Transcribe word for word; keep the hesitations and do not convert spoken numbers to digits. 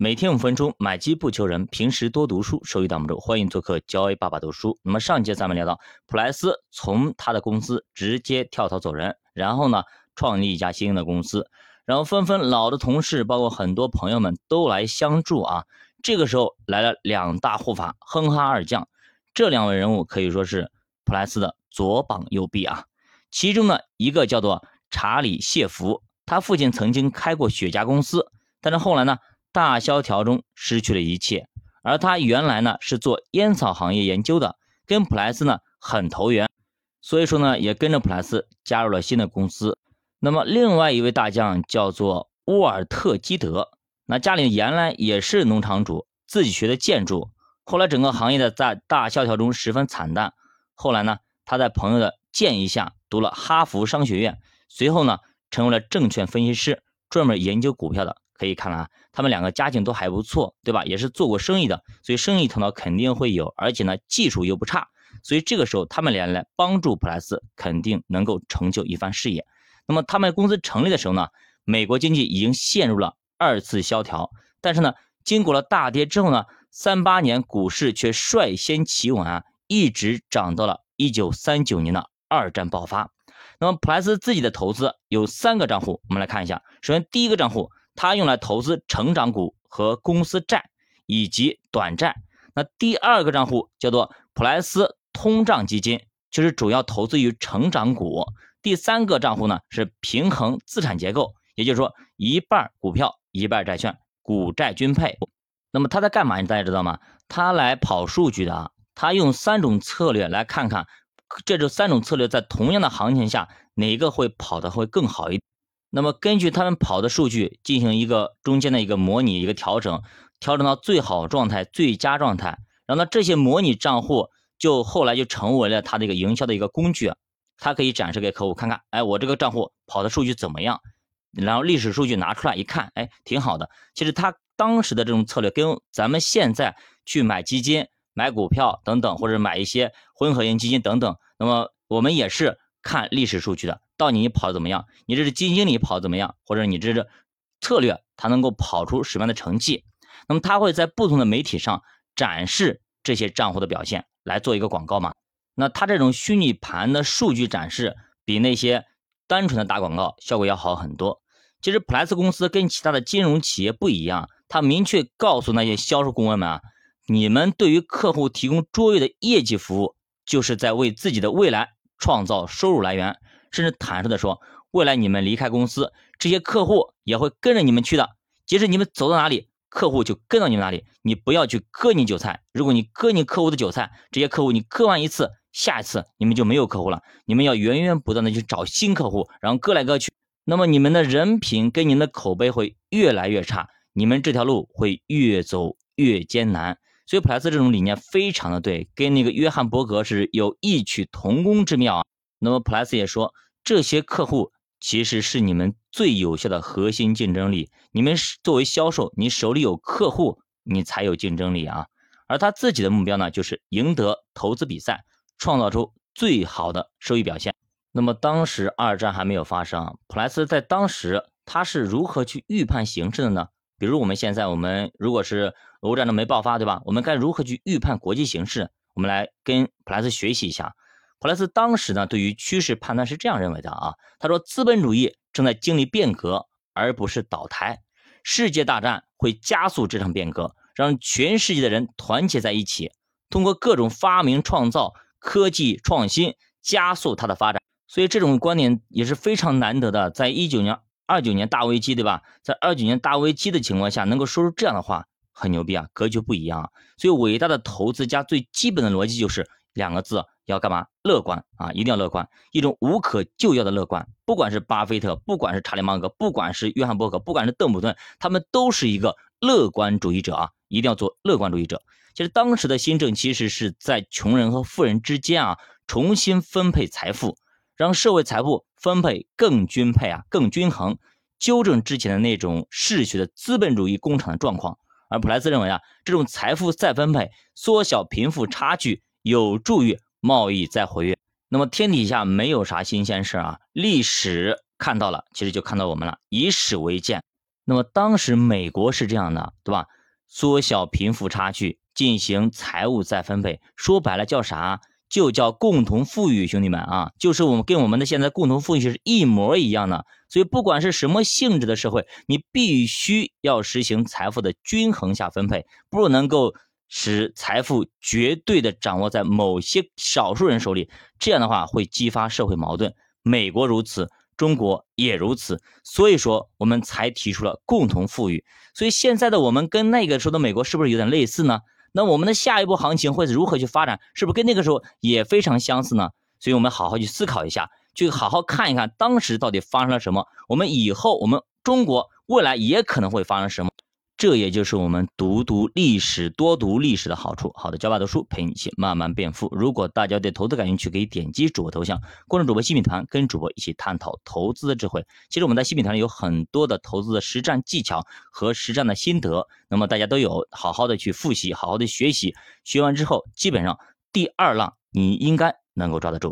每天五分钟，买基不求人，平时多读书，收益挡不住。欢迎做客教 A 爸爸读书。那么上节咱们聊到，普莱斯从他的公司直接跳槽走人，然后呢，创立一家新兴的公司，然后纷纷老的同事，包括很多朋友们都来相助啊。这个时候来了两大护法，哼哈二将，这两位人物可以说是普莱斯的左膀右臂啊。其中呢，一个叫做查理谢弗，他父亲曾经开过雪茄公司，但是后来呢，大萧条中失去了一切，而他原来呢是做烟草行业研究的，跟普莱斯呢很投缘，所以说呢也跟着普莱斯加入了新的公司。那么另外一位大将叫做沃尔特基德，那家里原来也是农场主，自己学的建筑，后来整个行业的在大萧条中十分惨淡，后来呢他在朋友的建议下读了哈佛商学院，随后呢成为了证券分析师，专门研究股票的。可以看了啊，他们两个家境都还不错，对吧？也是做过生意的，所以生意头脑肯定会有，而且呢技术又不差，所以这个时候他们俩来帮助普莱斯，肯定能够成就一番事业。那么他们公司成立的时候呢，美国经济已经陷入了二次萧条，但是呢经过了大跌之后呢，三八年股市却率先企稳啊，一直涨到了一九三九年的二战爆发。那么普莱斯自己的投资有三个账户，我们来看一下。首先第一个账户，他用来投资成长股和公司债以及短债。那第二个账户叫做普莱斯通胀基金，就是主要投资于成长股。第三个账户呢是平衡资产结构，也就是说一半股票一半债券，股债均配。那么他在干嘛大家知道吗？他来跑数据的啊，他用三种策略来看看这种三种策略在同样的行情下哪个会跑得会更好一点。那么根据他们跑的数据进行一个中间的一个模拟，一个调整，调整到最好状态最佳状态，然后呢这些模拟账户就后来就成为了他的一个营销的一个工具，他可以展示给客户看看，哎，我这个账户跑的数据怎么样，然后历史数据拿出来一看，哎，挺好的。其实他当时的这种策略跟咱们现在去买基金买股票等等，或者买一些混合型基金等等，那么我们也是看历史数据的，到底你跑的怎么样，你这是基金经理跑的怎么样，或者你这是策略它能够跑出什么样的成绩。那么他会在不同的媒体上展示这些账户的表现，来做一个广告嘛。那他这种虚拟盘的数据展示比那些单纯的打广告效果要好很多。其实普莱斯公司跟其他的金融企业不一样，他明确告诉那些销售顾问们啊，你们对于客户提供卓越的业绩服务，就是在为自己的未来创造收入来源，甚至坦率的说，未来你们离开公司，这些客户也会跟着你们去的，即使你们走到哪里，客户就跟到你们哪里，你不要去割你韭菜，如果你割你客户的韭菜，这些客户你割完一次，下一次你们就没有客户了，你们要源源不断的去找新客户，然后割来割去，那么你们的人品跟您的口碑会越来越差，你们这条路会越走越艰难。所以普莱斯这种理念非常的对，跟那个约翰伯格是有异曲同工之妙啊。那么普莱斯也说，这些客户其实是你们最有效的核心竞争力，你们作为销售，你手里有客户，你才有竞争力啊。而他自己的目标呢，就是赢得投资比赛，创造出最好的收益表现。那么当时二战还没有发生，普莱斯在当时他是如何去预判形势的呢？比如我们现在我们如果是俄乌战争没爆发，对吧？我们该如何去预判国际形势？我们来跟普莱斯学习一下。普莱斯当时呢对于趋势判断是这样认为的啊，他说资本主义正在经历变革，而不是倒台，世界大战会加速这场变革，让全世界的人团结在一起，通过各种发明创造、科技创新加速它的发展。所以这种观点也是非常难得的，在一九年二九年大危机，对吧？在二九年大危机的情况下能够说出这样的话，很牛逼啊，格局不一样啊。所以伟大的投资家最基本的逻辑就是两个字，要干嘛？乐观啊，一定要乐观，一种无可救药的乐观。不管是巴菲特，不管是查理芒格，不管是约翰伯格，不管是邓普顿，他们都是一个乐观主义者啊，一定要做乐观主义者。其实当时的新政其实是在穷人和富人之间啊，重新分配财富，让社会财富分配更均配啊，更均衡，纠正之前的那种嗜血的资本主义工厂的状况。而普莱斯认为啊，这种财富再分配，缩小贫富差距，有助于贸易再活跃。那么天底下没有啥新鲜事啊，历史看到了，其实就看到我们了，以史为鉴。 那么当时美国是这样的，对吧？缩小贫富差距，进行财务再分配，说白了叫啥？就叫共同富裕，兄弟们啊，就是我们跟我们的现在共同富裕是一模一样的。所以不管是什么性质的社会，你必须要实行财富的均衡下分配，不能够使财富绝对的掌握在某些少数人手里，这样的话会激发社会矛盾。美国如此，中国也如此，所以说我们才提出了共同富裕。所以现在的我们跟那个时候的美国是不是有点类似呢？那我们的下一步行情会如何去发展？是不是跟那个时候也非常相似呢？所以我们好好去思考一下，去好好看一看当时到底发生了什么，我们以后我们中国未来也可能会发生什么。这也就是我们读读历史、多读历史的好处。好的，教爸读书陪你一起慢慢变富。如果大家对投资感兴趣，可以点击主播头像，关注主播新品团，跟主播一起探讨投资的智慧。其实我们在新品团里有很多的投资的实战技巧和实战的心得，那么大家都有好好的去复习，好好的学习，学完之后，基本上第二浪你应该能够抓得住。